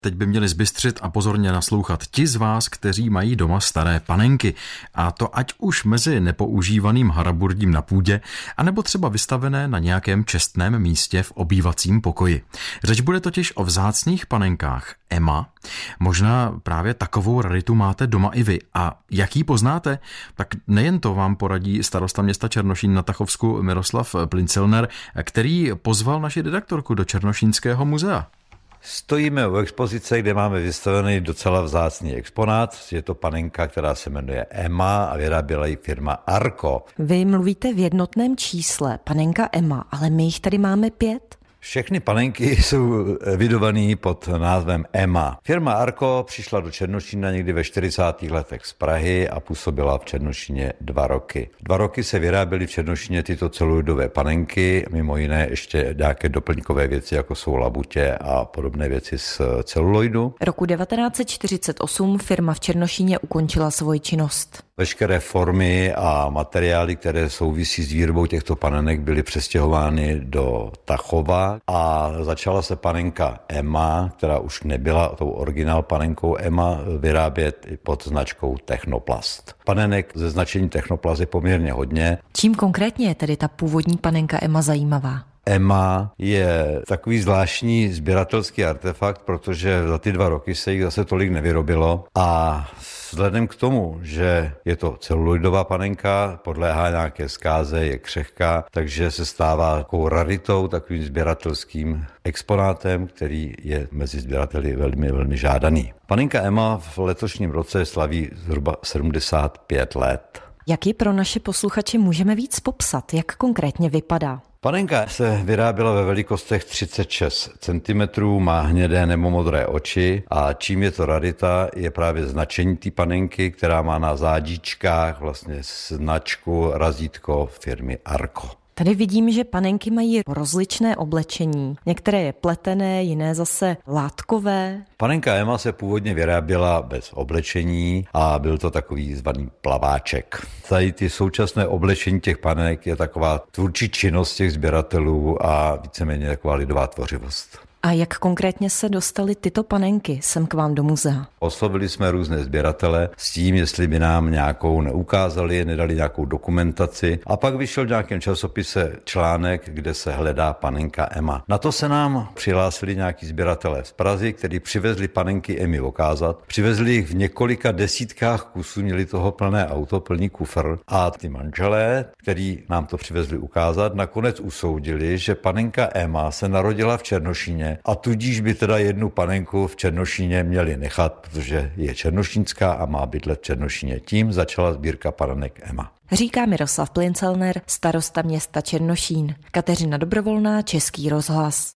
Teď by měli zbystřit a pozorně naslouchat ti z vás, kteří mají doma staré panenky. A to ať už mezi nepoužívaným haraburdím na půdě, anebo třeba vystavené na nějakém čestném místě v obývacím pokoji. Řeč bude totiž o vzácných panenkách Emma. Možná právě takovou raritu máte doma i vy. A jak ji poznáte? Tak nejen to vám poradí starosta města Černošín na Tachovsku Miroslav Plincelner, který pozval naši redaktorku do Černošínského muzea. Stojíme u expozice, kde máme vystavený docela vzácný exponát. Je to panenka, která se jmenuje Emma a vyráběla ji firma Arco. Vy mluvíte v jednotném čísle, panenka Emma, ale my jich tady máme 5. Všechny panenky jsou evidované pod názvem Emma. Firma Arco přišla do Černošína někdy ve 40. letech z Prahy a působila v Černošíně 2 roky. 2 roky se vyráběly v Černošíně tyto celuloidové panenky, mimo jiné ještě nějaké doplňkové věci, jako jsou labutě a podobné věci z celuloidu. Roku 1948 firma v Černošíně ukončila svoji činnost. Veškeré formy a materiály, které souvisí s výrobou těchto panenek, byly přestěhovány do Tachova a začala se panenka Emma, která už nebyla tou originál panenkou Emma, vyrábět i pod značkou Technoplast. Panenek ze značení Technoplast je poměrně hodně. Čím konkrétně je tedy ta původní panenka Emma zajímavá? Emma je takový zvláštní sběratelský artefakt, protože za ty 2 roky se jich zase tolik nevyrobilo a vzhledem k tomu, že je to celuloidová panenka, podléhá nějaké zkáze, je křehká, takže se stává takovou raritou, takovým sběratelským exponátem, který je mezi sběrateli velmi, velmi žádaný. Panenka Emma v letošním roce slaví zhruba 75 let. Jak ji pro naše posluchače můžeme víc popsat? Jak konkrétně vypadá? Panenka se vyráběla ve velikostech 36 cm, má hnědé nebo modré oči a čím je to rarita, je právě značení té panenky, která má na zádičkách vlastně značku razítko firmy Arco. Tady vidím, že panenky mají rozličné oblečení. Některé je pletené, jiné zase látkové. Panenka Emma se původně vyráběla bez oblečení a byl to takový zvaný plaváček. Tady ty současné oblečení těch panenek je taková tvůrčí činnost těch sběratelů a víceméně taková lidová tvořivost. A jak konkrétně se dostaly tyto panenky sem k vám do muzea? Oslovili jsme různé sběratele s tím, jestli by nám nějakou neukázali, nedali nějakou dokumentaci. A pak vyšel v nějakém časopise článek, kde se hledá panenka Emma. Na to se nám přihlásili nějaký sběratelé z Prahy, kteří přivezli panenky Emmy ukázat. Přivezli jich v několika desítkách kusů, měli toho plné auto, plný kufr. A ty manželé, kteří nám to přivezli ukázat, nakonec usoudili, že panenka Emma se narodila v Černošíně a tudíž by teda jednu panenku v Černošíně měli nechat, protože je černošínská a má bydlet v Černošíně. Tím začala sbírka panenek Emma. Říká Miroslav Plincelner, starosta města Černošín. Kateřina Dobrovolná, Český rozhlas.